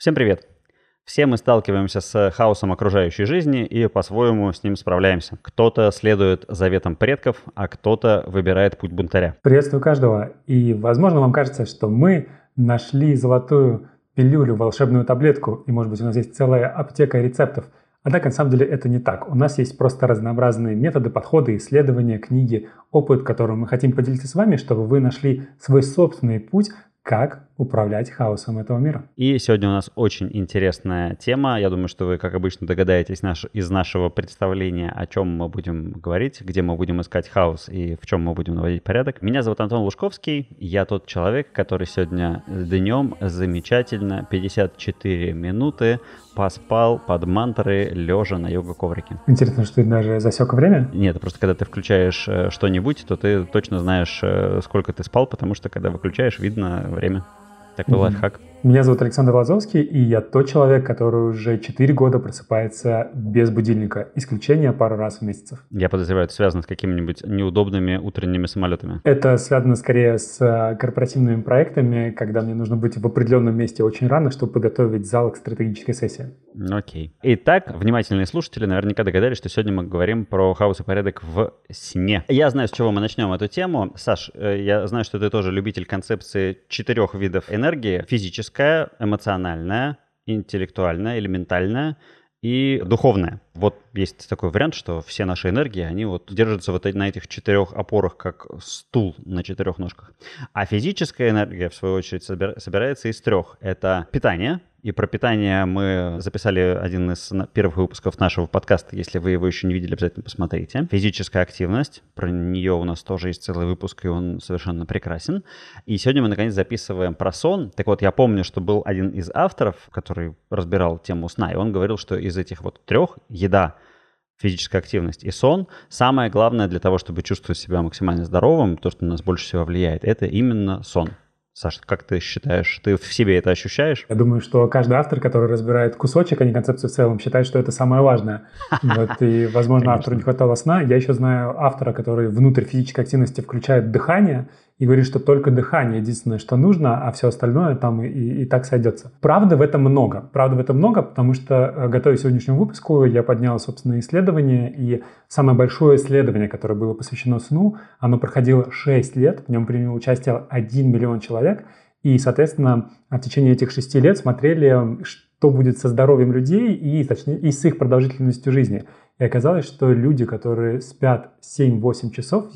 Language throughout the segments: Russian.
Всем привет! Все мы сталкиваемся с хаосом окружающей жизни и по-своему с ним справляемся. Кто-то следует заветам предков, а кто-то выбирает путь бунтаря. Приветствую каждого. И, возможно, вам кажется, что мы нашли золотую пилюлю, волшебную таблетку, и, может быть, у нас есть целая аптека рецептов. Однако, на самом деле, это не так. У нас есть просто разнообразные методы, подходы, исследования, книги, опыт, которым мы хотим поделиться с вами, чтобы вы нашли свой собственный путь, как управлять хаосом этого мира. И сегодня у нас очень интересная тема. Я думаю, что вы, как обычно, догадаетесь из нашего представления, о чем мы будем говорить, где мы будем искать хаос и в чем мы будем наводить порядок. Меня зовут Антон Лужковский. Я тот человек, который сегодня днем замечательно 54 минуты поспал под мантры, лежа на йога-коврике. Интересно, что ты даже засек время? Нет, просто когда ты включаешь что-нибудь, то ты точно знаешь, сколько ты спал, потому что когда выключаешь, видно время. Такой лайфхак. Меня зовут Александр Лазовский, и я тот человек, который уже 4 года просыпается без будильника. Исключение пару раз в месяц. Я подозреваю, это связано с какими-нибудь неудобными утренними самолетами. Это связано скорее с корпоративными проектами, когда мне нужно быть в определенном месте очень рано, чтобы подготовить зал к стратегической сессии. Окей. Итак, внимательные слушатели наверняка догадались, что сегодня мы говорим про хаос и порядок в сне. Я знаю, с чего мы начнем эту тему. Саш, я знаю, что ты тоже любитель концепции 4 видов энергии. Физическая, эмоциональная, интеллектуальная, элементальная и духовная. Вот есть такой вариант, что все наши энергии, они вот держатся вот на этих 4 опорах, как стул на 4 ножках. А физическая энергия, в свою очередь, собирается из 3. Это питание. И про питание мы записали один из первых выпусков нашего подкаста. Если вы его еще не видели, обязательно посмотрите. Физическая активность. Про нее у нас тоже есть целый выпуск, и он совершенно прекрасен. И сегодня мы, наконец, записываем про сон. Так вот, я помню, что был один из авторов, который разбирал тему сна, и он говорил, что из этих вот 3 — еда, физическая активность и сон — самое главное для того, чтобы чувствовать себя максимально здоровым, то, что на нас больше всего влияет, это именно сон. Саша, как ты считаешь, ты в себе это ощущаешь? Я думаю, что каждый автор, который разбирает кусочек, а не концепцию в целом, считает, что это самое важное. Вот, и, возможно, автору не хватало сна. Я еще знаю автора, который внутрь физической активности включает дыхание и говорит, что только дыхание единственное, что нужно, а все остальное там и так сойдется. Правды в этом много. Правды в этом много, потому что, готовясь к сегодняшнему выпуску, я поднял собственные исследования, и самое большое исследование, которое было посвящено сну, оно проходило 6 лет, в нем принял участие 1 миллион человек, и, соответственно, в течение этих 6 лет смотрели, что будет со здоровьем людей и с их продолжительностью жизни. И оказалось, что люди, которые спят 7-8 часов,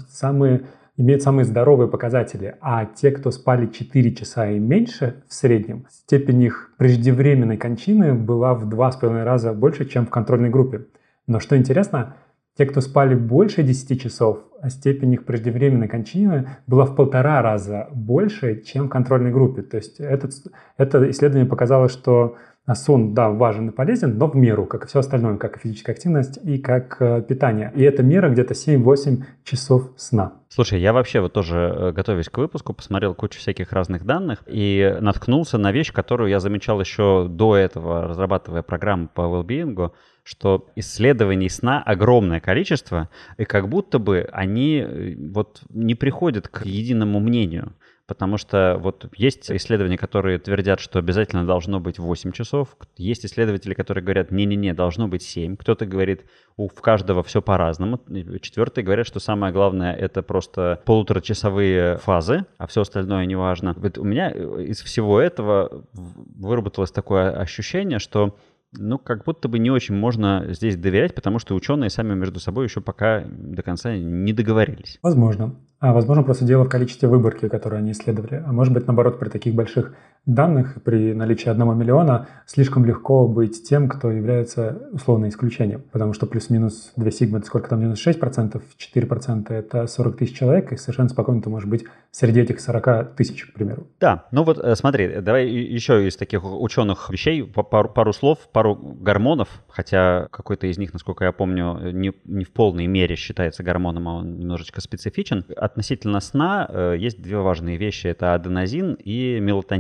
имеют самые здоровые показатели, а те, кто спали 4 часа и меньше в среднем, степень их преждевременной кончины была в 2,5 раза больше, чем в контрольной группе. Но что интересно, те, кто спали больше 10 часов, степень их преждевременной кончины была в 1,5 раза больше, чем в контрольной группе. То есть это исследование показало, что сон, да, важен и полезен, но в меру, как и все остальное, как и физическая активность и как питание. И эта мера где-то 7-8 часов сна. Слушай, я вообще вот тоже, готовясь к выпуску, посмотрел кучу всяких разных данных и наткнулся на вещь, которую я замечал еще до этого, разрабатывая программу по well-being, что исследований сна огромное количество, и как будто бы они вот не приходят к единому мнению. Потому что вот есть исследования, которые твердят, что обязательно должно быть 8 часов. Есть исследователи, которые говорят, не-не-не, должно быть 7. Кто-то говорит, в каждого все по-разному. 4 говорят, что самое главное — это просто полуторачасовые фазы, а все остальное не важно. Вот у меня из всего этого выработалось такое ощущение, что как будто бы не очень можно здесь доверять, потому что ученые сами между собой еще пока до конца не договорились. Возможно. А возможно, просто дело в количестве выборки, которую они исследовали. А может быть, наоборот, при таких больших данных, при наличии 1 миллиона, слишком легко быть тем, кто является условно исключением. Потому что плюс-минус 2 сигмы — это сколько там, 96%, 4% — это 40 тысяч человек, и совершенно спокойно ты можешь быть среди этих 40 тысяч, к примеру. Да, вот смотри, давай еще из таких ученых вещей пару слов, пару гормонов, хотя какой-то из них, насколько я помню, не в полной мере считается гормоном, а он немножечко специфичен. Относительно сна есть 2 важные вещи. Это аденозин и мелатонин.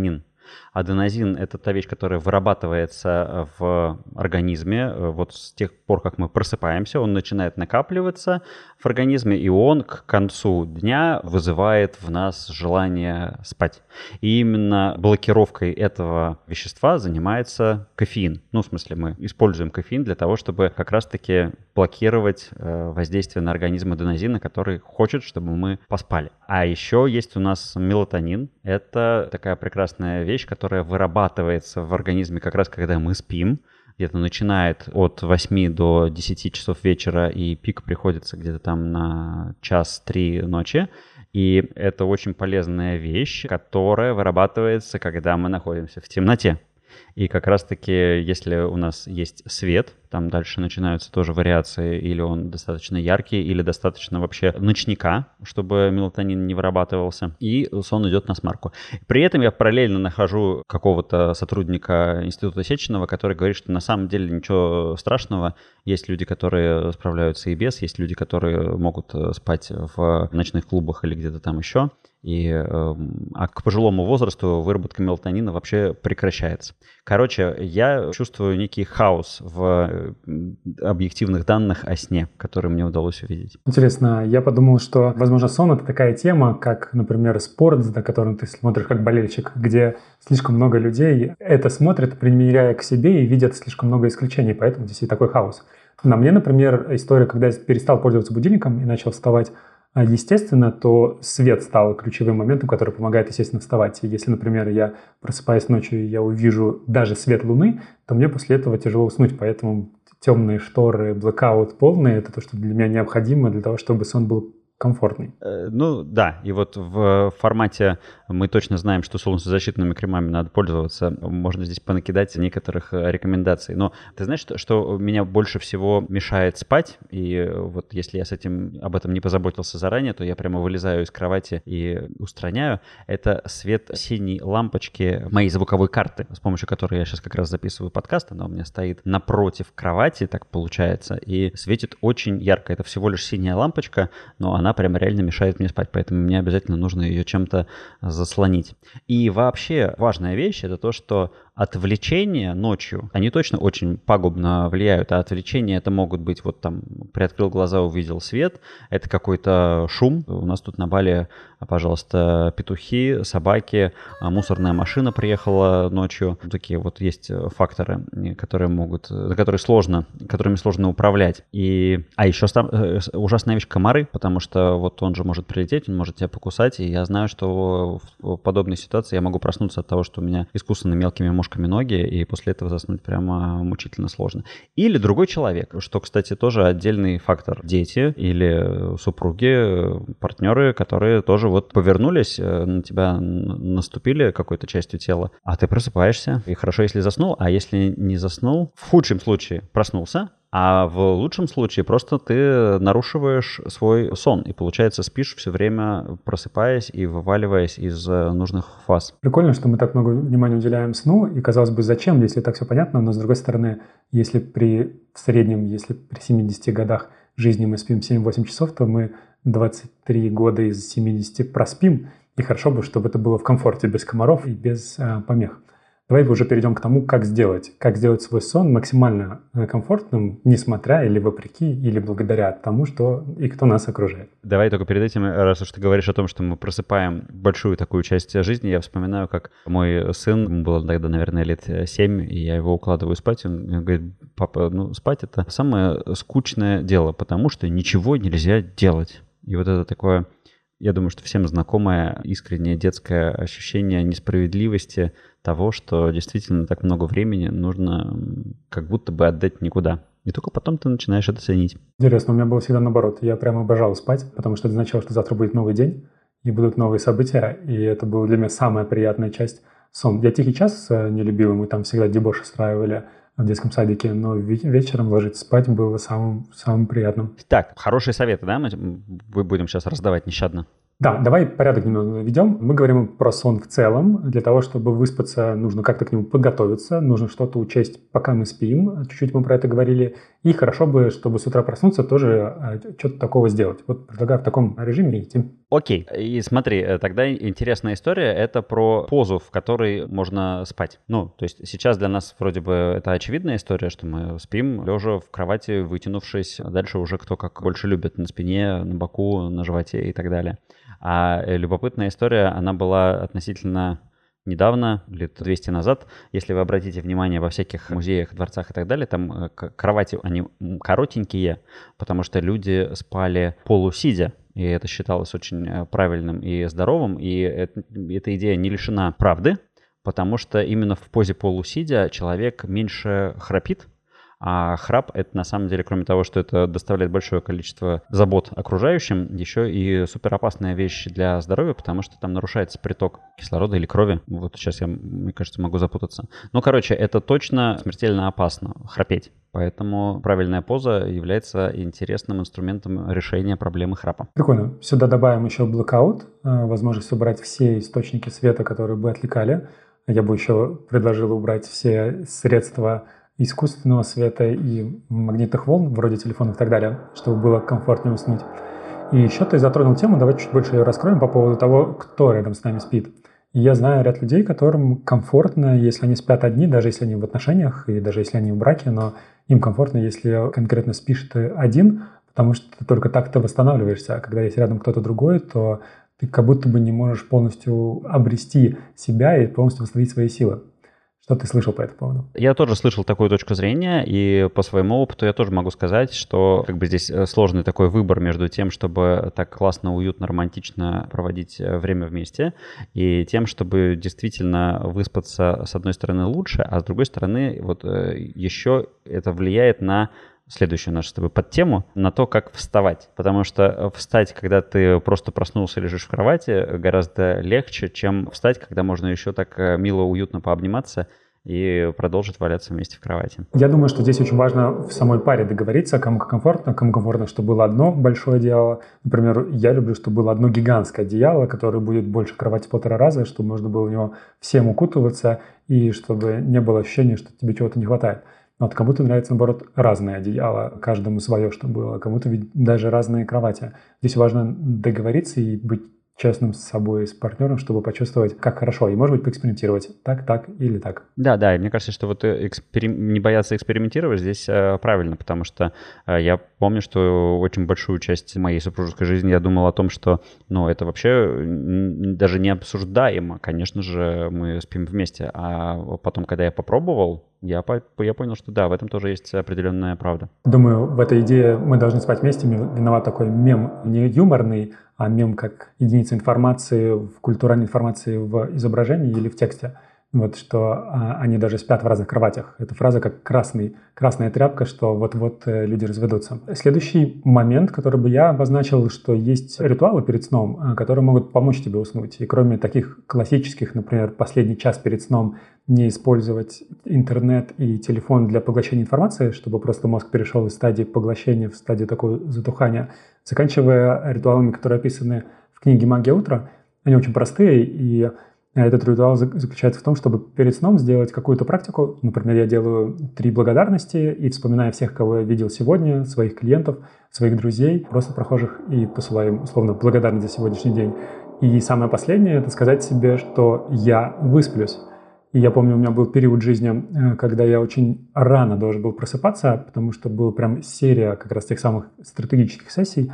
Аденозин – это та вещь, которая вырабатывается в организме. Вот с тех пор, как мы просыпаемся, он начинает накапливаться в организме, и он к концу дня вызывает в нас желание спать. И именно блокировкой этого вещества занимается кофеин. Ну, в смысле, мы используем кофеин для того, чтобы как раз-таки блокировать воздействие на организм аденозина, который хочет, чтобы мы поспали. А еще есть у нас мелатонин. Это такая прекрасная вещь, которая вырабатывается в организме как раз когда мы спим. Где-то начинает от 8 до 10 часов вечера, и пик приходится где-то там на 1-3 ночи. И это очень полезная вещь, которая вырабатывается, когда мы находимся в темноте. И как раз-таки, если у нас есть свет, там дальше начинаются тоже вариации, или он достаточно яркий, или достаточно вообще ночника, чтобы мелатонин не вырабатывался, и сон идет на смарку. При этом я параллельно нахожу какого-то сотрудника Института Сеченова, который говорит, что на самом деле ничего страшного. Есть люди, которые справляются и без, есть люди, которые могут спать в ночных клубах или где-то там еще. А к пожилому возрасту выработка мелатонина вообще прекращается. Короче, я чувствую некий хаос в объективных данных о сне, которые мне удалось увидеть. Интересно, я подумал, что, возможно, сон — это такая тема, как, например, спорт, за которым ты смотришь как болельщик, где слишком много людей это смотрят, примеряя к себе, и видят слишком много исключений, поэтому здесь и такой хаос. На мне, например, история, когда я перестал пользоваться будильником и начал вставать естественно, то свет стал ключевым моментом, который помогает, естественно, вставать. И если, например, я просыпаюсь ночью, и я увижу даже свет луны, то мне после этого тяжело уснуть. Поэтому темные шторы, блэкаут полный — это то, что для меня необходимо для того, чтобы сон был комфортный. Ну да, и вот в формате мы точно знаем, что солнцезащитными кремами надо пользоваться. Можно здесь понакидать некоторых рекомендаций. Но ты знаешь, что меня больше всего мешает спать? И вот если я об этом не позаботился заранее, то я прямо вылезаю из кровати и устраняю. Это свет синей лампочки моей звуковой карты, с помощью которой я сейчас как раз записываю подкаст. Она у меня стоит напротив кровати, так получается, и светит очень ярко. Это всего лишь синяя лампочка, но она прям реально мешает мне спать, поэтому мне обязательно нужно ее чем-то заслонить. И вообще важная вещь — это то, что отвлечения ночью, они точно очень пагубно влияют, а отвлечения это могут быть вот там приоткрыл глаза, увидел свет, это какой-то шум. У нас тут на Бали, пожалуйста, петухи, собаки, мусорная машина приехала ночью. Такие вот есть факторы, которыми сложно управлять. А еще ужасная вещь — комары, потому что вот он же может прилететь, он может тебя покусать, и я знаю, что в подобной ситуации я могу проснуться от того, что у меня искусаны мелкими мушками ноги, и после этого заснуть прямо мучительно сложно. Или другой человек, что, кстати, тоже отдельный фактор. Дети или супруги, партнеры, которые тоже вот повернулись, на тебя наступили какой-то частью тела, а ты просыпаешься. И хорошо, если заснул, а если не заснул, в худшем случае проснулся, а в лучшем случае просто ты нарушиваешь свой сон и, получается, спишь все время, просыпаясь и вываливаясь из нужных фаз. Прикольно, что мы так много внимания уделяем сну, и, казалось бы, зачем, если так все понятно, но, с другой стороны, если при 70 годах жизни мы спим 7-8 часов, то мы 23 года из 70 проспим, и хорошо бы, чтобы это было в комфорте, без комаров и без помех. Давай уже перейдем к тому, как сделать свой сон максимально комфортным, несмотря или вопреки, или благодаря тому, что и кто нас окружает. Давай только перед этим, раз уж ты говоришь о том, что мы просыпаем большую такую часть жизни, я вспоминаю, как мой сын, ему было тогда, наверное, лет 7, и я его укладываю спать, он говорит: папа, спать — это самое скучное дело, потому что ничего нельзя делать. И вот это такое, я думаю, что всем знакомое искреннее детское ощущение несправедливости того, что действительно так много времени нужно как будто бы отдать никуда. И только потом ты начинаешь это ценить. Интересно, у меня было всегда наоборот. Я прямо обожал спать, потому что это означало, что завтра будет новый день, и будут новые события, и это была для меня самая приятная часть — сон. Я «Тихий час» не любил, мы там всегда дебош устраивали в детском садике, но вечером ложиться спать было самым приятным. Так, хорошие советы, да, мы будем сейчас раздавать нещадно? Да, давай порядок немного ведем. Мы говорим про сон в целом. Для того, чтобы выспаться, нужно как-то к нему подготовиться, нужно что-то учесть, пока мы спим. Чуть-чуть мы про это говорили. И хорошо бы, чтобы с утра проснуться, тоже что-то такого сделать. Вот предлагаю в таком режиме идти. Окей, и смотри, тогда интересная история, это про позу, в которой можно спать. Ну, то есть сейчас для нас вроде бы это очевидная история, что мы спим лежа в кровати, вытянувшись, а дальше уже кто как больше любит, на спине, на боку, на животе и так далее. А любопытная история, она была относительно недавно, лет 200 назад, если вы обратите внимание во всяких музеях, дворцах и так далее, там кровати, они коротенькие, потому что люди спали полусидя, и это считалось очень правильным и здоровым, и эта идея не лишена правды, потому что именно в позе полусидя человек меньше храпит, а храп — это на самом деле, кроме того, что это доставляет большое количество забот окружающим, еще и суперопасная вещь для здоровья, потому что там нарушается приток кислорода или крови. Вот сейчас я, мне кажется, могу запутаться. Ну, короче, это точно смертельно опасно — храпеть. Поэтому правильная поза является интересным инструментом решения проблемы храпа. Прикольно. Сюда добавим еще blackout, возможность убрать все источники света, которые бы отвлекали. Я бы еще предложил убрать все средства искусственного света и магнитных волн, вроде телефонов и так далее, чтобы было комфортнее уснуть. И еще ты затронул тему, давай чуть больше ее раскроем по поводу того, кто рядом с нами спит. И я знаю ряд людей, которым комфортно, если они спят одни, даже если они в отношениях и даже если они в браке, но им комфортно, если конкретно спишь ты один, потому что ты только так ты восстанавливаешься, а когда есть рядом кто-то другой, то ты как будто бы не можешь полностью обрести себя и полностью восстановить свои силы. Что ты слышал по этому поводу? Я тоже слышал такую точку зрения, и по своему опыту я тоже могу сказать, что как бы здесь сложный такой выбор между тем, чтобы так классно, уютно, романтично проводить время вместе, и тем, чтобы действительно выспаться, с одной стороны, лучше, а с другой стороны, вот еще это влияет на следующую нашу с тобой подтему, на то, как вставать. Потому что встать, когда ты просто проснулся и лежишь в кровати, гораздо легче, чем встать, когда можно еще так мило, уютно пообниматься и продолжить валяться вместе в кровати. Я думаю, что здесь очень важно в самой паре договориться, кому комфортно, чтобы было одно большое одеяло. Например, я люблю, чтобы было одно гигантское одеяло, которое будет больше кровати в 1,5 раза, чтобы можно было в него всем укутываться и чтобы не было ощущения, что тебе чего-то не хватает. Вот кому-то нравится, наоборот, разное одеяло, каждому свое, что было, кому-то ведь даже разные кровати. Здесь важно договориться и быть честным с собой, с партнером, чтобы почувствовать, как хорошо, и, может быть, поэкспериментировать так или так. Да, и мне кажется, что вот не бояться экспериментировать здесь правильно, потому что я помню, что очень большую часть моей супружеской жизни я думал о том, что, ну, это вообще даже не обсуждаемо, конечно же, мы спим вместе, а потом, когда я попробовал, я понял, что да, в этом тоже есть определенная правда. Думаю, в этой идее мы должны спать вместе. Виноват такой мем не юморный, а мем как единица информации, в культурной информации в изображении или в тексте. Вот что они даже спят в разных кроватях. Эта фраза как красная тряпка, что вот-вот люди разведутся. Следующий момент, который бы я обозначил, что есть ритуалы перед сном, которые могут помочь тебе уснуть. И кроме таких классических, например, последний час перед сном не использовать интернет и телефон для поглощения информации, чтобы просто мозг перешел из стадии поглощения в стадию такого затухания, заканчивая ритуалами, которые описаны в книге «Магия утра». Они очень простые, и этот ритуал заключается в том, чтобы перед сном сделать какую-то практику. Например, я делаю 3 благодарности и вспоминаю всех, кого я видел сегодня, своих клиентов, своих друзей, просто прохожих, и посылаю им, условно, благодарность за сегодняшний день. И самое последнее — это сказать себе, что я высплюсь. И я помню, у меня был период жизни, когда я очень рано должен был просыпаться, потому что была прям серия как раз тех самых стратегических сессий.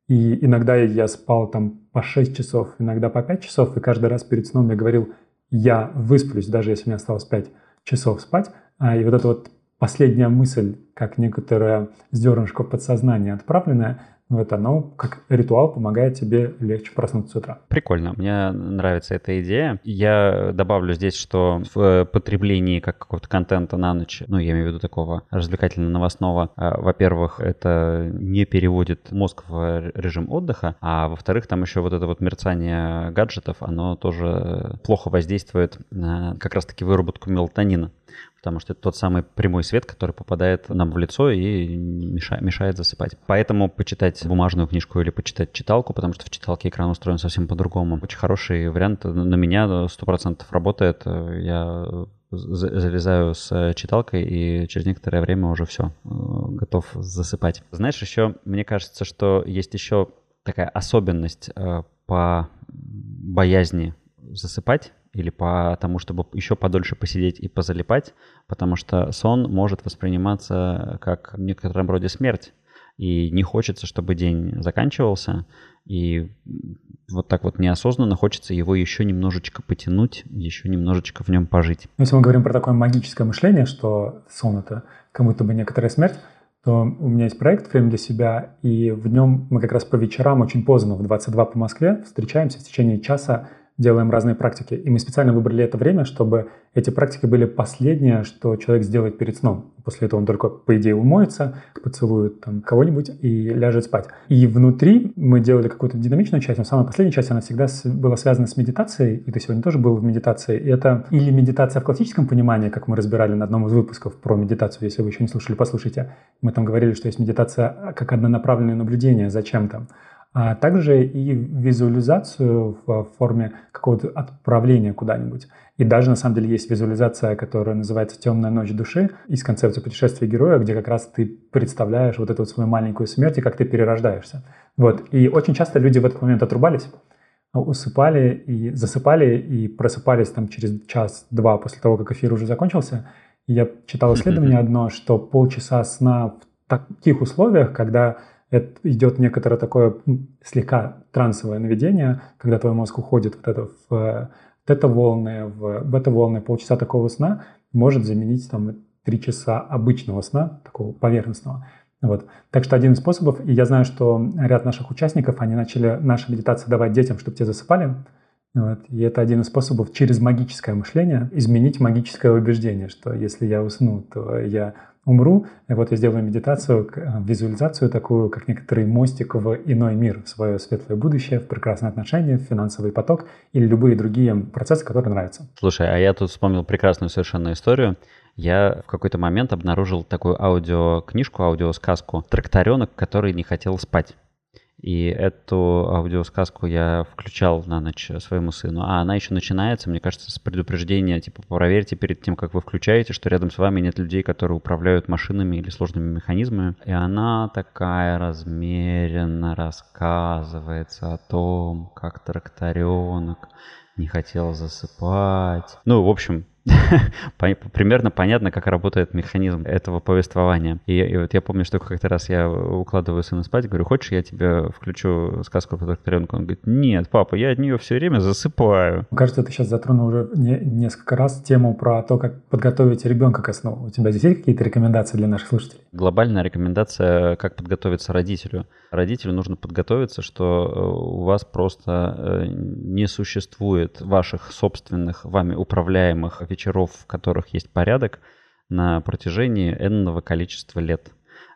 И иногда я спал там по 6 часов, иногда по 5 часов, и каждый раз перед сном я говорил, я высплюсь, даже если мне осталось 5 часов спать. И вот эта вот последняя мысль, как некоторое зернышко подсознания отправленное, вот оно как ритуал помогает тебе легче проснуться с утра. Прикольно, мне нравится эта идея. Я добавлю здесь, что в потреблении какого-то контента на ночь, ну, я имею в виду такого развлекательно-новостного, во-первых, это не переводит мозг в режим отдыха, а во-вторых, там еще вот это вот мерцание гаджетов, оно тоже плохо воздействует на как раз-таки выработку мелатонина. Потому что это тот самый прямой свет, который попадает нам в лицо и мешает засыпать. Поэтому почитать бумажную книжку или почитать читалку, потому что в читалке экран устроен совсем по-другому. Очень хороший вариант. На меня 100% работает. Я залезаю с читалкой и через некоторое время уже все, готов засыпать. Знаешь, еще мне кажется, что есть еще такая особенность по боязни засыпать или по тому, чтобы еще подольше посидеть и позалипать, потому что сон может восприниматься как в некотором роде смерть. И не хочется, чтобы день заканчивался, и вот так вот неосознанно хочется его еще немножечко потянуть, еще немножечко в нем пожить. Если мы говорим про такое магическое мышление, что сон — это как будто бы некоторая смерть, то у меня есть проект «Время для себя», и в нем мы как раз по вечерам очень поздно, в 22 по Москве, встречаемся в течение часа, делаем разные практики. И мы специально выбрали это время, чтобы эти практики были последнее, что человек сделает перед сном. После этого он только, по идее, умоется, поцелует там кого-нибудь и ляжет спать. И внутри мы делали какую-то динамичную часть, но самая последняя часть, она всегда была связана с медитацией, и ты сегодня тоже был в медитации. И это или медитация в классическом понимании, как мы разбирали на одном из выпусков про медитацию, если вы еще не слушали, послушайте. Мы там говорили, что есть медитация как однонаправленное наблюдение за чем-то. А также и визуализацию в форме какого-то отправления куда-нибудь. И даже, на самом деле, есть визуализация, которая называется «Темная ночь души» из концепции путешествия героя, где как раз ты представляешь вот эту вот свою маленькую смерть и как ты перерождаешься. Вот. И очень часто люди в этот момент отрубались, усыпали и засыпали, и просыпались там через час-два после того, как эфир уже закончился. И я читал исследование одно, что полчаса сна в таких условиях, когда это идет некоторое такое слегка трансовое наведение, когда твой мозг уходит вот это в тета-волны, в бета-волны, полчаса такого сна может заменить там 3 часа обычного сна, такого поверхностного. Вот. Так что один из способов, и я знаю, что ряд наших участников, они начали наши медитации давать детям, чтобы те засыпали. Вот. И это один из способов через магическое мышление изменить магическое убеждение, что если я усну, то я умру. И вот я сделаю медитацию, визуализацию такую, как некоторый мостик в иной мир, в свое светлое будущее, в прекрасные отношения, в финансовый поток или любые другие процессы, которые нравятся. Слушай, а я тут вспомнил прекрасную совершенно историю. Я в какой-то момент обнаружил такую аудиокнижку, аудиосказку «Тракторенок, который не хотел спать». И эту аудиосказку я включал на ночь своему сыну. А она еще начинается, мне кажется, с предупреждения, типа, проверьте перед тем, как вы включаете, что рядом с вами нет людей, которые управляют машинами или сложными механизмами. И она такая размеренно рассказывается о том, как тракторенок не хотел засыпать. Ну, в общем, примерно понятно, как работает механизм этого повествования. И вот я помню, что как-то раз я укладываю сына спать, говорю, хочешь, я тебе включу сказку про тракторенка? Он говорит, нет, папа, я от нее все время засыпаю. Кажется, ты сейчас затронул уже несколько раз тему про то, как подготовить ребенка ко сну. У тебя здесь есть какие-то рекомендации для наших слушателей? Глобальная рекомендация, как подготовиться родителю. Родителю нужно подготовиться, что у вас просто не существует ваших собственных, вами управляемых вечеров, в которых есть порядок, на протяжении энного количества лет.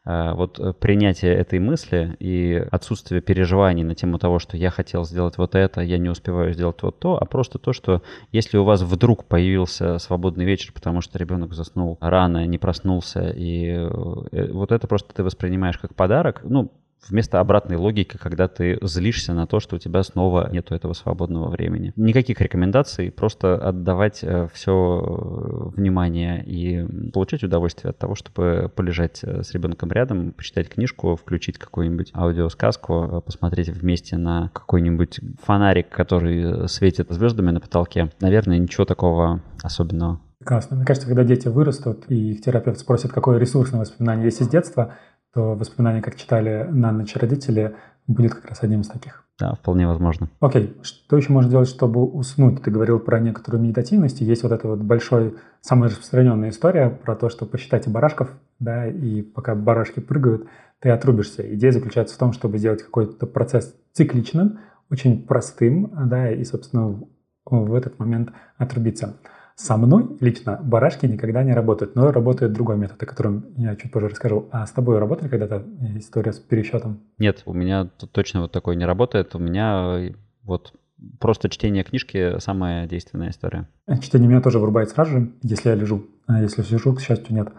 Вот принятие этой мысли и отсутствие переживаний на тему того, что я хотел сделать вот это, я не успеваю сделать вот то, а просто то, что если у вас вдруг появился свободный вечер, потому что ребенок заснул рано, не проснулся, и вот это просто ты воспринимаешь как подарок, ну, вместо обратной логики, когда ты злишься на то, что у тебя снова нету этого свободного времени. Никаких рекомендаций, просто отдавать все внимание и получать удовольствие от того, чтобы полежать с ребенком рядом, почитать книжку, включить какую-нибудь аудиосказку, посмотреть вместе на какой-нибудь фонарик, который светит звездами на потолке. Наверное, ничего такого особенного. Прекрасно. Мне кажется, когда дети вырастут, и их терапевт спросит, какое ресурсное воспоминание есть из детства, то воспоминание, как читали на ночь родители, будет как раз одним из таких. Да, вполне возможно. Окей, что еще можно делать, чтобы уснуть? Ты говорил про некоторую медитативность, и есть вот эта вот большая, самая распространенная история про то, что посчитайте барашков, да, и пока барашки прыгают, ты отрубишься. Идея заключается в том, чтобы сделать какой-то процесс цикличным, очень простым, да, и, собственно, в этот момент отрубиться. Со мной лично барашки никогда не работают, но работает другой метод, о котором я чуть позже расскажу. А с тобой работали когда-то история с пересчетом? Нет, у меня точно вот такой не работает. У меня вот просто чтение книжки самая действенная история. Чтение меня тоже вырубает сразу же, если я лежу. А если сижу, к счастью, нет.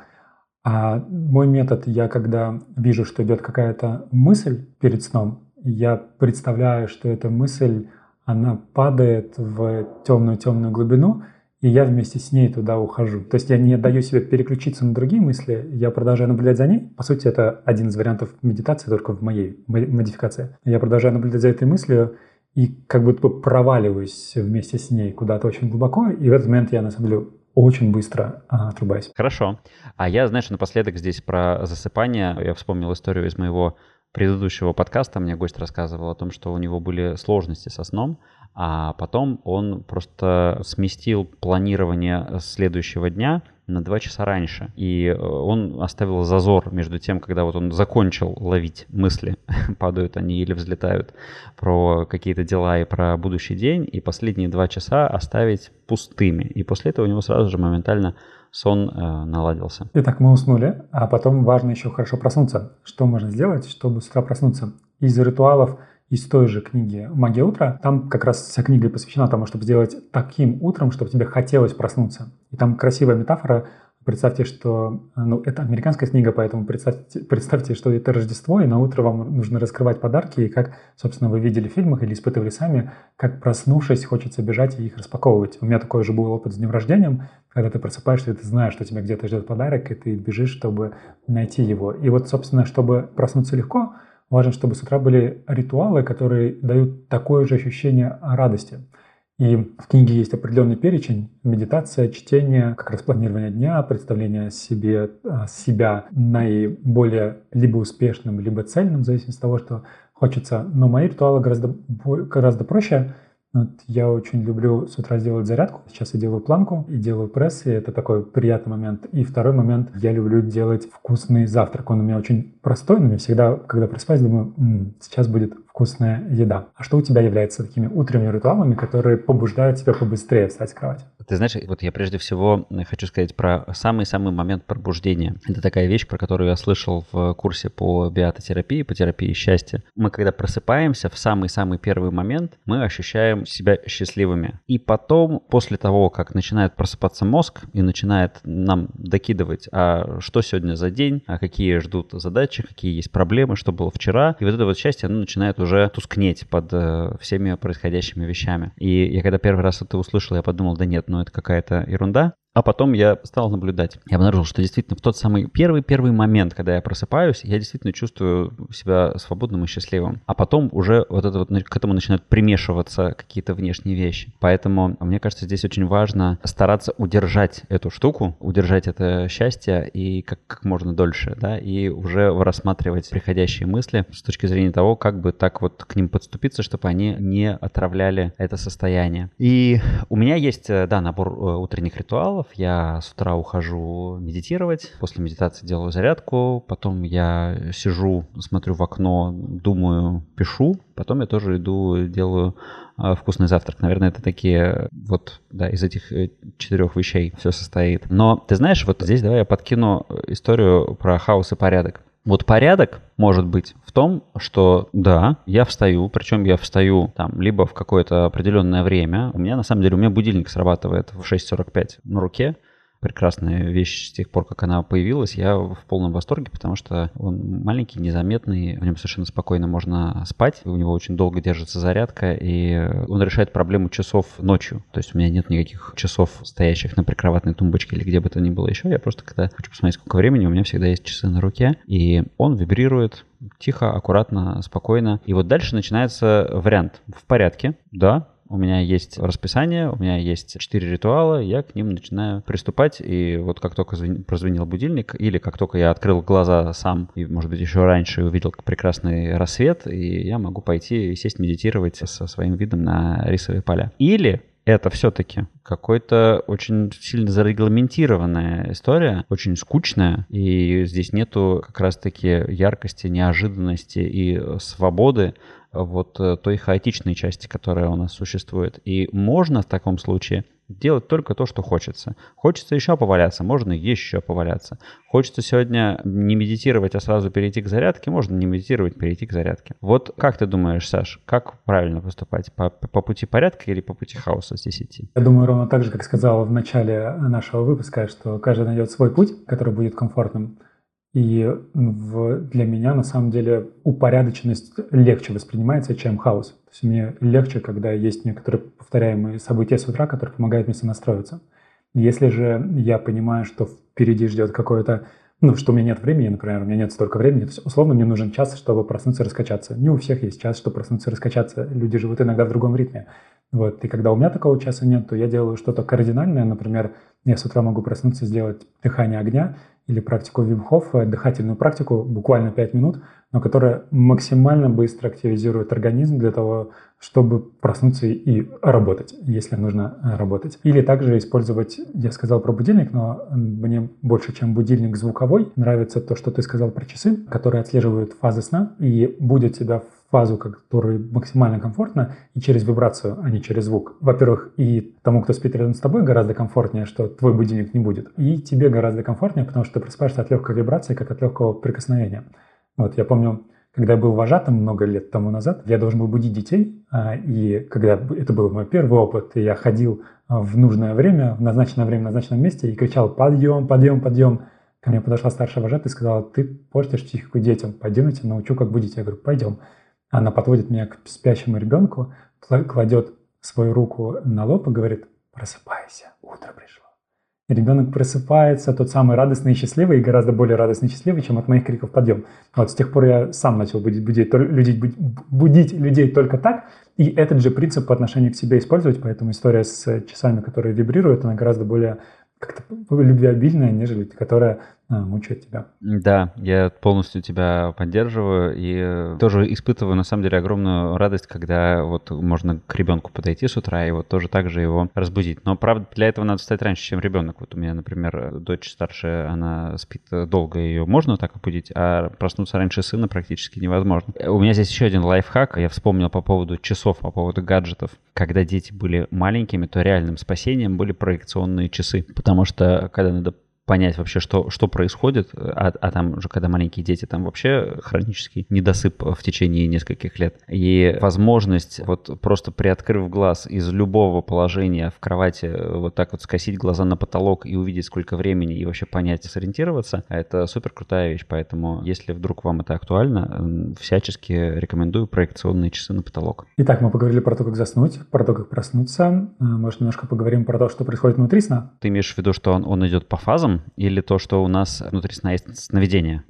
А мой метод, я когда вижу, что идет какая-то мысль перед сном, я представляю, что эта мысль, она падает в темную-темную глубину, и я вместе с ней туда ухожу. То есть я не даю себе переключиться на другие мысли, я продолжаю наблюдать за ней. По сути, это один из вариантов медитации, только в моей модификации. Я продолжаю наблюдать за этой мыслью и как будто бы проваливаюсь вместе с ней куда-то очень глубоко, и в этот момент я, на самом деле, очень быстро отрубаюсь. Хорошо. А я, знаешь, напоследок здесь про засыпание. Я вспомнил историю из моего предыдущего подкаста. Мне гость рассказывал о том, что у него были сложности со сном, а потом он просто сместил планирование следующего дня на 2 часа раньше. И он оставил зазор между тем, когда вот он закончил ловить мысли, падают они или взлетают, про какие-то дела и про будущий день, и последние 2 часа оставить пустыми. И после этого у него сразу же моментально сон наладился. Итак, мы уснули, а потом важно еще хорошо проснуться. Что можно сделать, чтобы с утра проснуться? Из ритуалов из той же книги «Магия утра», там как раз вся книга посвящена тому, чтобы сделать таким утром, чтобы тебе хотелось проснуться. И там красивая метафора. Представьте, что это американская книга, поэтому представьте, что это Рождество, и на утро вам нужно раскрывать подарки, и как, собственно, вы видели в фильмах или испытывали сами, как, проснувшись, хочется бежать и их распаковывать. У меня такой же был опыт с днем рождения, когда ты просыпаешься, и ты знаешь, что тебя где-то ждет подарок, и ты бежишь, чтобы найти его. И вот, собственно, чтобы проснуться легко, важно, чтобы с утра были ритуалы, которые дают такое же ощущение радости. И в книге есть определенный перечень: медитация, чтение, как раз планирование дня, представление себя наиболее либо успешным, либо цельным, в зависимости от того, что хочется. Но мои ритуалы гораздо проще. Вот я очень люблю с утра сделать зарядку. Сейчас я делаю планку и делаю пресс, и это такой приятный момент. И второй момент, я люблю делать вкусный завтрак. Он у меня очень простой, но я всегда, когда просыпаюсь, думаю, сейчас будет вкусная еда. А что у тебя является такими утренними ритуалами, которые побуждают тебя побыстрее встать с кровати? Ты знаешь, вот я прежде всего хочу сказать про самый-самый момент пробуждения. Это такая вещь, про которую я слышал в курсе по биототерапии, по терапии счастья. Мы, когда просыпаемся, в самый-самый первый момент мы ощущаем себя счастливыми. И потом, после того, как начинает просыпаться мозг и начинает нам докидывать, а что сегодня за день, а какие ждут задачи, какие есть проблемы, что было вчера, и вот это вот счастье, оно начинает уже тускнеть под всеми происходящими вещами. И я когда первый раз это услышал, я подумал, да нет, это какая-то ерунда. А потом я стал наблюдать. Я обнаружил, что действительно в тот самый первый момент, когда я просыпаюсь, я действительно чувствую себя свободным и счастливым. А потом уже вот это вот к этому начинают примешиваться какие-то внешние вещи. Поэтому, мне кажется, здесь очень важно стараться удержать эту штуку, удержать это счастье и как можно дольше, да, и уже рассматривать приходящие мысли с точки зрения того, как бы так вот к ним подступиться, чтобы они не отравляли это состояние. И у меня есть, да, набор утренних ритуалов. Я с утра ухожу медитировать, после медитации делаю зарядку, потом я сижу, смотрю в окно, думаю, пишу, потом я тоже иду, делаю вкусный завтрак. Наверное, это такие вот, да, из этих 4 вещей все состоит. Но ты знаешь, вот здесь давай я подкину историю про хаос и порядок. Вот порядок может быть в том, что да, я встаю, причем я встаю там либо в какое-то определенное время. У меня будильник срабатывает в 6:45 на руке. Прекрасная вещь с тех пор, как она появилась. Я в полном восторге, потому что он маленький, незаметный, в нем совершенно спокойно можно спать. У него очень долго держится зарядка, и он решает проблему часов ночью. То есть у меня нет никаких часов, стоящих на прикроватной тумбочке или где бы то ни было еще. Я просто, когда хочу посмотреть, сколько времени, у меня всегда есть часы на руке, и он вибрирует тихо, аккуратно, спокойно. И вот дальше начинается вариант. В порядке, да. У меня есть расписание, у меня есть 4 ритуала, я к ним начинаю приступать, и вот как только прозвенел будильник, или как только я открыл глаза сам, и, может быть, еще раньше увидел прекрасный рассвет, и я могу пойти и сесть медитировать со своим видом на рисовые поля. Или это все-таки какой-то очень сильно зарегламентированная история, очень скучная, и здесь нету как раз-таки яркости, неожиданности и свободы, вот той хаотичной части, которая у нас существует. И можно в таком случае делать только то, что хочется. Хочется еще поваляться, можно еще поваляться. Хочется сегодня не медитировать, а сразу перейти к зарядке, можно не медитировать, перейти к зарядке. Вот как ты думаешь, Саш, как правильно поступать? По пути порядка или по пути хаоса здесь идти? Я думаю, ровно так же, как сказал в начале нашего выпуска, что каждый найдет свой путь, который будет комфортным. для меня, на самом деле, упорядоченность легче воспринимается, чем хаос. То есть мне легче, когда есть некоторые повторяемые события с утра, которые помогают мне сонастроиться. Если же я понимаю, что впереди ждет какое-то, что у меня нет времени, например, у меня нет столько времени, то есть, условно, мне нужен час, чтобы проснуться и раскачаться. Не у всех есть час, чтобы проснуться и раскачаться. Люди живут иногда в другом ритме. И когда у меня такого часа нет, то я делаю что-то кардинальное. Например, я с утра могу проснуться, сделать дыхание огня или практику Вим Хофа, дыхательную практику, буквально 5 минут, но которая максимально быстро активизирует организм для того, чтобы проснуться и работать, если нужно работать. Или также использовать, я сказал про будильник, но мне больше, чем будильник звуковой, нравится то, что ты сказал про часы, которые отслеживают фазы сна и будут тебя в фазу, которая максимально комфортна, и через вибрацию, а не через звук. Во-первых, и тому, кто спит рядом с тобой, гораздо комфортнее, что твой будильник не будет. И тебе гораздо комфортнее, потому что ты просыпаешься от легкой вибрации, как от легкого прикосновения. Я помню, когда я был вожатым много лет тому назад, я должен был будить детей, и когда это был мой первый опыт, и я ходил в нужное время, в назначенное время, в назначенном месте, и кричал «Подъем, подъем, подъем!». Ко мне подошла старшая вожатая и сказала: «Ты портишь психику детям, пойдем, я тебя научу, как будить». Я говорю: «Пойдем». Она подводит меня к спящему ребенку, кладет свою руку на лоб и говорит: «Просыпайся, утро пришло». И ребенок просыпается, тот самый радостный и счастливый, и гораздо более радостный и счастливый, чем от моих криков «подъем». С тех пор я сам начал будить людей только так, и этот же принцип по отношению к себе использовать, поэтому история с часами, которые вибрируют, она гораздо более как-то любвеобильная, нежели которая мучает тебя. Да, я полностью тебя поддерживаю и тоже испытываю на самом деле огромную радость, когда можно к ребенку подойти с утра и тоже так же его разбудить. Но правда, для этого надо встать раньше, чем ребенок. У меня, например, дочь старшая, она спит долго, ее можно так будить, а проснуться раньше сына практически невозможно. У меня здесь еще один лайфхак. Я вспомнил по поводу часов, по поводу гаджетов. Когда дети были маленькими, то реальным спасением были проекционные часы, потому что когда надо понять вообще, что происходит, а там уже, когда маленькие дети, там вообще хронический недосып в течение нескольких лет. И возможность просто приоткрыв глаз из любого положения в кровати, скосить глаза на потолок и увидеть, сколько времени, и вообще понять, сориентироваться, это супер крутая вещь. Поэтому, если вдруг вам это актуально, всячески рекомендую проекционные часы на потолок. Итак, мы поговорили про то, как заснуть, про то, как проснуться. Может, немножко поговорим про то, что происходит внутри сна? Ты имеешь в виду, что он идет по фазам? Или то, что у нас внутри сна есть сновидение?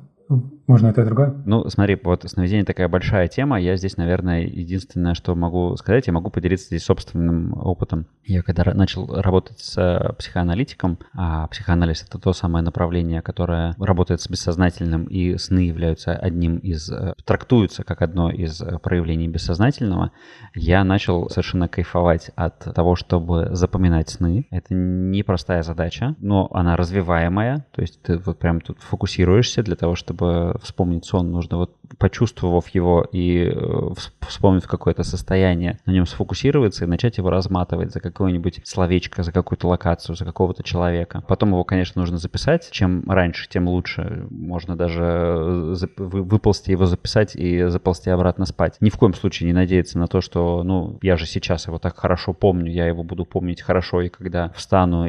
Можно это и другое. Смотри, сновидение такая большая тема. Я здесь, наверное, единственное, что могу сказать, я могу поделиться здесь собственным опытом. Я когда начал работать с психоаналитиком, а психоанализ — это то самое направление, которое работает с бессознательным, и сны являются трактуются как одно из проявлений бессознательного, я начал совершенно кайфовать от того, чтобы запоминать сны. Это непростая задача, но она развиваемая, то есть ты прям тут фокусируешься для того, чтобы вспомнить сон, нужно почувствовав его и вспомнив какое-то состояние, на нем сфокусироваться и начать его разматывать за какое-нибудь словечко, за какую-то локацию, за какого-то человека. Потом его, конечно, нужно записать. Чем раньше, тем лучше. Можно даже выползти его записать и заползти обратно спать. Ни в коем случае не надеяться на то, что, я же сейчас его так хорошо помню, я его буду помнить хорошо, и когда встану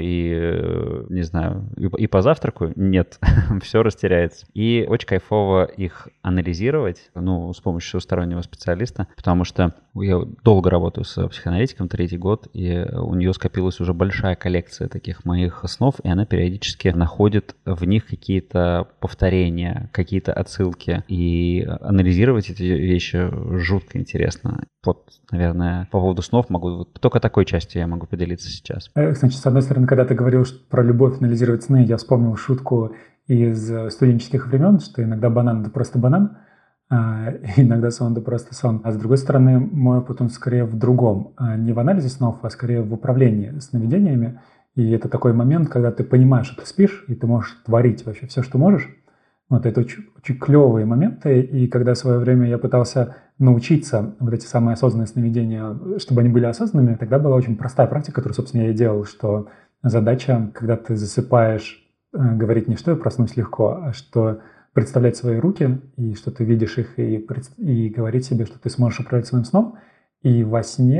и, не знаю, и позавтракаю. Нет, все растеряется. И очень кайфово их анализировать, с помощью стороннего специалиста, потому что я долго работаю с психоаналитиком, 3-й год, и у нее скопилась уже большая коллекция таких моих снов, и она периодически находит в них какие-то повторения, какие-то отсылки, и анализировать эти вещи жутко интересно. Наверное, по поводу снов только такой частью я могу поделиться сейчас. Значит, с одной стороны, когда ты говорил про любовь анализировать сны, я вспомнил шутку из студенческих времен, что иногда банан — это просто банан, иногда сон — это просто сон. А с другой стороны, мой опыт, он скорее в другом. Не в анализе снов, а скорее в управлении сновидениями. И это такой момент, когда ты понимаешь, что ты спишь, и ты можешь творить вообще все, что можешь. Это очень, очень клевые моменты. И когда в свое время я пытался научиться эти самые осознанные сновидения, чтобы они были осознанными, тогда была очень простая практика, которую, собственно, я и делал, что задача, когда ты засыпаешь, говорить не что я проснусь легко, а что представлять свои руки, и что ты видишь их, и говорить себе, что ты сможешь управлять своим сном. И во сне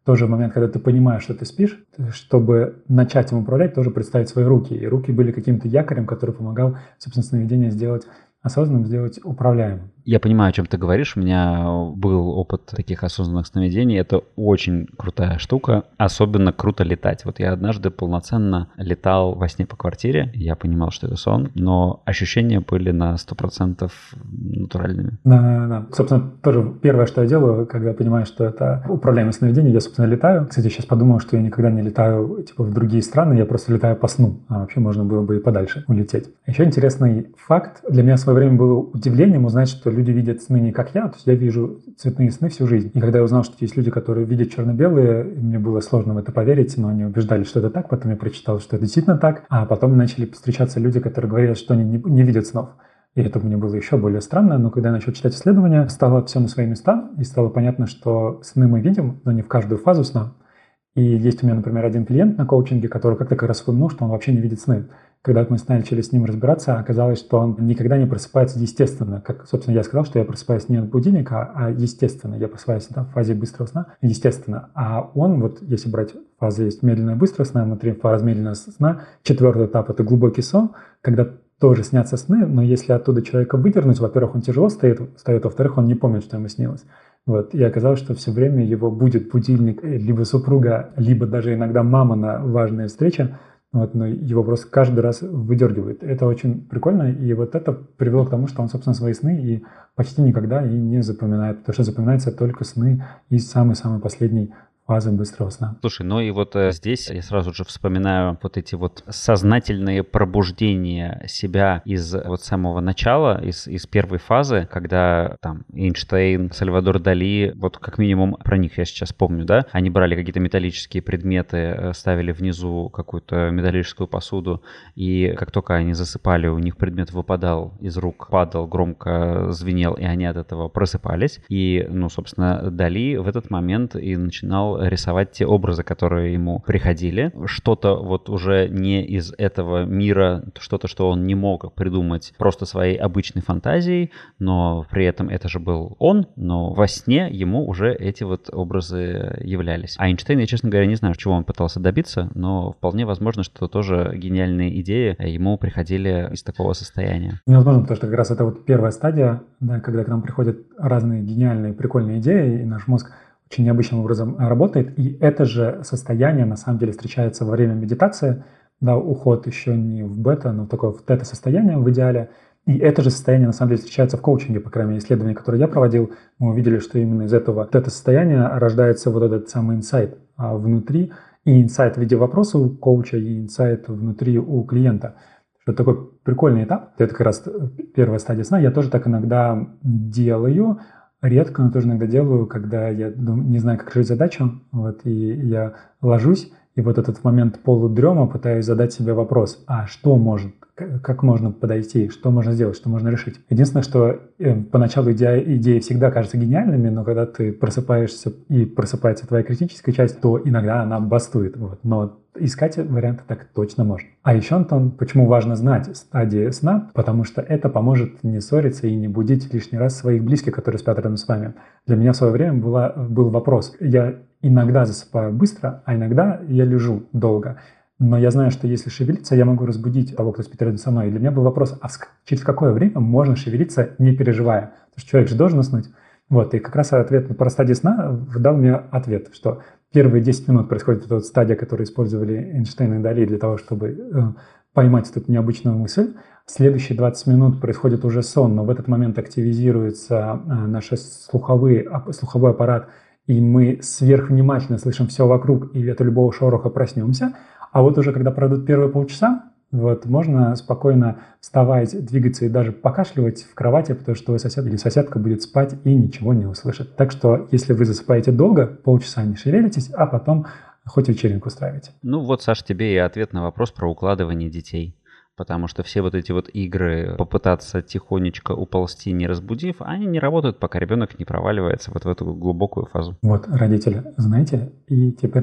тоже момент, когда ты понимаешь, что ты спишь, чтобы начать им управлять, тоже представить свои руки. И руки были каким-то якорем, который помогал, собственно, сновидение сделать осознанным, сделать управляемым. Я понимаю, о чем ты говоришь. У меня был опыт таких осознанных сновидений. Это очень крутая штука. Особенно круто летать. Вот я однажды полноценно летал во сне по квартире. Я понимал, что это сон, но ощущения были на 100% натуральными. Да. Собственно, тоже первое, что я делаю, когда понимаю, что это управляемое сновидение, я, собственно, летаю. Кстати, сейчас подумал, что я никогда не летаю в другие страны, я просто летаю по сну. А вообще можно было бы и подальше улететь. Еще интересный факт. Для меня в свое время было удивлением узнать, что люди видят сны не как я, то есть я вижу цветные сны всю жизнь. И когда я узнал, что есть люди, которые видят черно-белые, мне было сложно в это поверить, но они убеждали, что это так, потом я прочитал, что это действительно так, а потом начали встречаться люди, которые говорят, что они не видят снов. И это мне было еще более странно, но когда я начал читать исследования, стало все на свои места, и стало понятно, что сны мы видим, но не в каждую фазу сна. И есть у меня, например, один клиент на коучинге, который как-то как раз вспомнил, что он вообще не видит сны. Когда мы начали с ним разбираться, оказалось, что он никогда не просыпается естественно. Как, собственно, я сказал, что я просыпаюсь не от будильника, а естественно. Я просыпаюсь в фазе быстрого сна, естественно. А он, вот если брать фазы есть медленная быстрого сна, внутри фазы медленного сна, 4-й этап – это глубокий сон, когда тоже снятся сны, но если оттуда человека выдернуть, во-первых, он тяжело встает, во-вторых, он не помнит, что ему снилось. Вот. И оказалось, что все время его будет будильник либо супруга, либо даже иногда мама на важные встречи, вот, но его просто каждый раз выдергивает. Это очень прикольно, и вот это привело к тому, что он, собственно, свои сны и почти никогда и не запоминает, потому что запоминаются только сны из самой-самой последней фазы быстрого сна. Слушай, ну и вот здесь я сразу же вспоминаю вот эти вот сознательные пробуждения себя из вот самого начала, из первой фазы, когда там Эйнштейн, Сальвадор Дали, вот как минимум про них я сейчас помню, да, они брали какие-то металлические предметы, ставили внизу какую-то металлическую посуду, и как только они засыпали, у них предмет выпадал из рук, падал, громко звенел, и они от этого просыпались. И, ну, собственно, Дали в этот момент и начинал рисовать те образы, которые ему приходили. Что-то вот уже не из этого мира, что-то, что он не мог придумать просто своей обычной фантазией, но при этом это же был он, но во сне ему уже эти вот образы являлись. А Эйнштейн, я, честно говоря, не знаю, чего он пытался добиться, но вполне возможно, что тоже гениальные идеи ему приходили из такого состояния. Невозможно, потому что как раз это вот первая стадия, да, когда к нам приходят разные гениальные, прикольные идеи, и наш мозг очень необычным образом работает, и это же состояние на самом деле встречается во время медитации, да, уход еще не в бета, но в такое в тета-состояние в идеале, и это же состояние на самом деле встречается в коучинге, по крайней мере, исследования, которые я проводил, мы увидели, что именно из этого тета-состояния рождается вот этот самый инсайт внутри, и инсайт в виде вопроса у коуча, и инсайт внутри у клиента. Это такой прикольный этап, это как раз первая стадия сна, я тоже так иногда делаю, редко, но тоже иногда делаю, когда я не знаю, как решить задачу, вот, и я ложусь, и вот этот момент полудрема пытаюсь задать себе вопрос, а что может, как можно подойти, что можно сделать, что можно решить. Единственное, что поначалу идеи всегда кажутся гениальными, но когда ты просыпаешься и просыпается твоя критическая часть, то иногда она бастует. Вот. Но искать варианты так точно можно. А еще, Антон, почему важно знать стадии сна? Потому что это поможет не ссориться и не будить лишний раз своих близких, которые спят рядом с вами. Для меня в свое время был вопрос. Я иногда засыпаю быстро, а иногда я лежу долго. Но я знаю, что если шевелиться, я могу разбудить того, кто спит рядом со мной. И для меня был вопрос, а через какое время можно шевелиться, не переживая? Потому что человек же должен уснуть. Вот, и как раз ответ про стадии сна дал мне ответ, что первые 10 минут происходит эта вот стадия, которую использовали Эйнштейн и Дали для того, чтобы поймать эту необычную мысль. Следующие 20 минут происходит уже сон, но в этот момент активизируется наш слуховой аппарат, и мы сверхвнимательно слышим все вокруг, и от любого шороха проснемся. А вот уже когда пройдут первые полчаса, вот, можно спокойно вставать, двигаться и даже покашливать в кровати, потому что твой сосед или соседка будет спать и ничего не услышит. Так что, если вы засыпаете долго, полчаса не шевелитесь, а потом хоть вечеринку устраивайте. Ну вот, Саш, тебе и ответ на вопрос про укладывание детей. Потому что все вот эти вот игры, попытаться тихонечко уползти, не разбудив, они не работают, пока ребенок не проваливается вот в эту глубокую фазу. Вот, родители, знаете, и теперь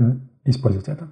использовать это.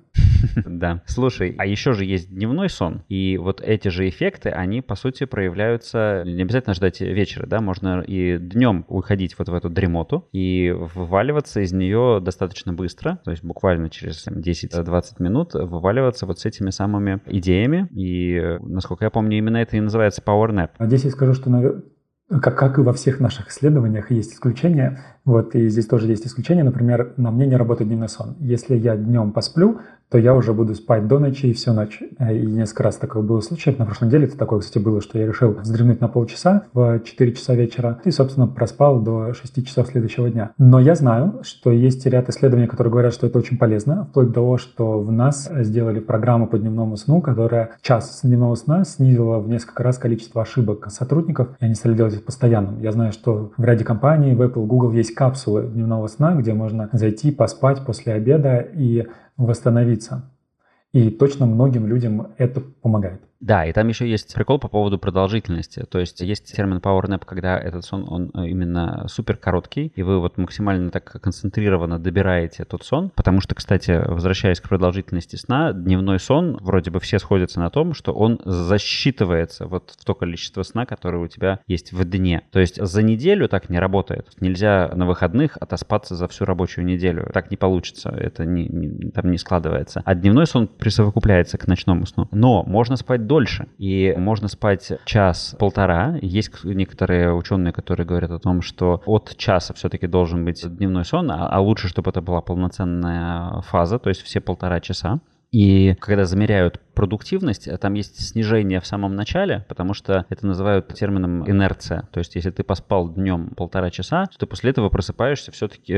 Да. Слушай, а еще же есть дневной сон, и вот эти же эффекты, они, по сути, проявляются, не обязательно ждать вечера, да, можно и днем уходить вот в эту дремоту и вываливаться из нее достаточно быстро, то есть буквально через 10-20 минут вываливаться вот с этими самыми идеями, и, насколько я помню, именно это и называется Power Nap. Здесь я скажу, что как и во всех наших исследованиях есть исключения. Вот, и здесь тоже есть исключения. Например, на мне не работает дневной сон. Если я днем посплю, то я уже буду спать до ночи и всю ночь. И несколько раз такое было случай. На прошлой неделе это такое, кстати, было, что я решил вздремнуть на полчаса в 4 часа вечера и, собственно, проспал до 6 часов следующего дня. Но я знаю, что есть ряд исследований, которые говорят, что это очень полезно, вплоть до того, что в нас сделали программу по дневному сну, которая час дневного сна снизила в несколько раз количество ошибок сотрудников, и они стали делать их постоянным. Я знаю, что в ряде компаний, в Apple, Google есть капсулы дневного сна, где можно зайти, поспать после обеда и восстановиться. И точно многим людям это помогает. Да, и там еще есть прикол по поводу продолжительности. То есть есть термин power nap, когда этот сон, он именно супер короткий, и вы вот максимально так концентрированно добираете тот сон. Потому что, кстати, возвращаясь к продолжительности сна, дневной сон, вроде бы все сходятся на том, что он засчитывается вот в то количество сна, которое у тебя есть в дне. То есть за неделю так не работает. Нельзя на выходных отоспаться за всю рабочую неделю. Так не получится, это там не складывается. А дневной сон присовокупляется к ночному сну. Но можно спать дольше. И можно спать час-полтора. Есть некоторые ученые, которые говорят о том, что от часа все-таки должен быть дневной сон, а лучше, чтобы это была полноценная фаза, то есть все 1,5 часа. И когда замеряют продуктивность, там есть снижение в самом начале, потому что это называют термином инерция. То есть если ты поспал днем 1,5 часа, то ты после этого просыпаешься все-таки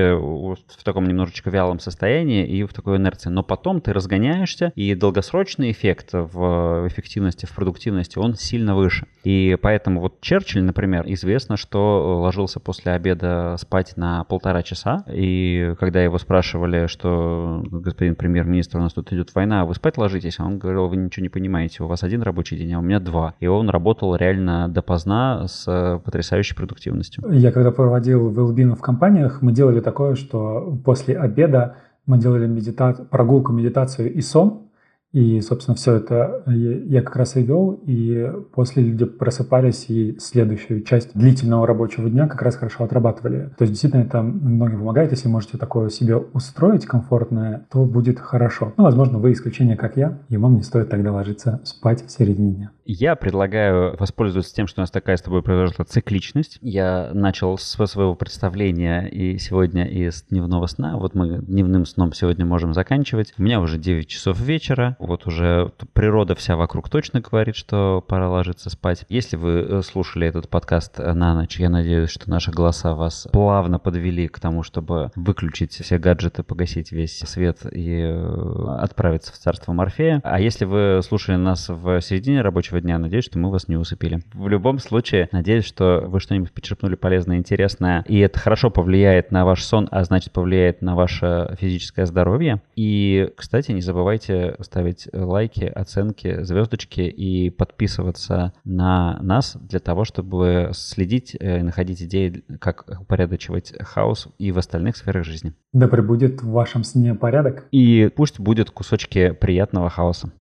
в таком немножечко вялом состоянии и в такой инерции. Но потом ты разгоняешься, и долгосрочный эффект в эффективности, в продуктивности, он сильно выше. И поэтому вот Черчилль, например, известно, что ложился после обеда спать на 1,5 часа. И когда его спрашивали, что, господин премьер-министр, у нас тут идет война, а вы спать ложитесь? Он говорил: вы ничего не понимаете, у вас один рабочий день, а у меня 2. И он работал реально допоздна с потрясающей продуктивностью. Я когда проводил well-being в компаниях, мы делали такое, что после обеда мы делали прогулку, медитацию и сон. И, собственно, все это я как раз и вел, и после люди просыпались и следующую часть длительного рабочего дня как раз хорошо отрабатывали. То есть, действительно, это многим помогает. Если можете такое себе устроить комфортное, то будет хорошо. Ну, возможно, вы исключение, как я, и вам не стоит тогда ложиться спать в середине дня. Я предлагаю воспользоваться тем, что у нас такая с тобой произошла цикличность. Я начал со своего представления и сегодня из дневного сна. Вот мы дневным сном сегодня можем заканчивать. У меня уже 9 часов вечера. Вот уже природа вся вокруг точно говорит, что пора ложиться спать. Если вы слушали этот подкаст на ночь, я надеюсь, что наши голоса вас плавно подвели к тому, чтобы выключить все гаджеты, погасить весь свет и отправиться в царство Морфея. А если вы слушали нас в середине рабочего дня, надеюсь, что мы вас не усыпили. В любом случае, надеюсь, что вы что-нибудь почерпнули полезное, интересное, и это хорошо повлияет на ваш сон, а значит, повлияет на ваше физическое здоровье. И, кстати, не забывайте ставить лайки, оценки, звездочки и подписываться на нас для того, чтобы следить и находить идеи, как упорядочивать хаос и в остальных сферах жизни. Да пребудет в вашем сне порядок. И пусть будет кусочки приятного хаоса.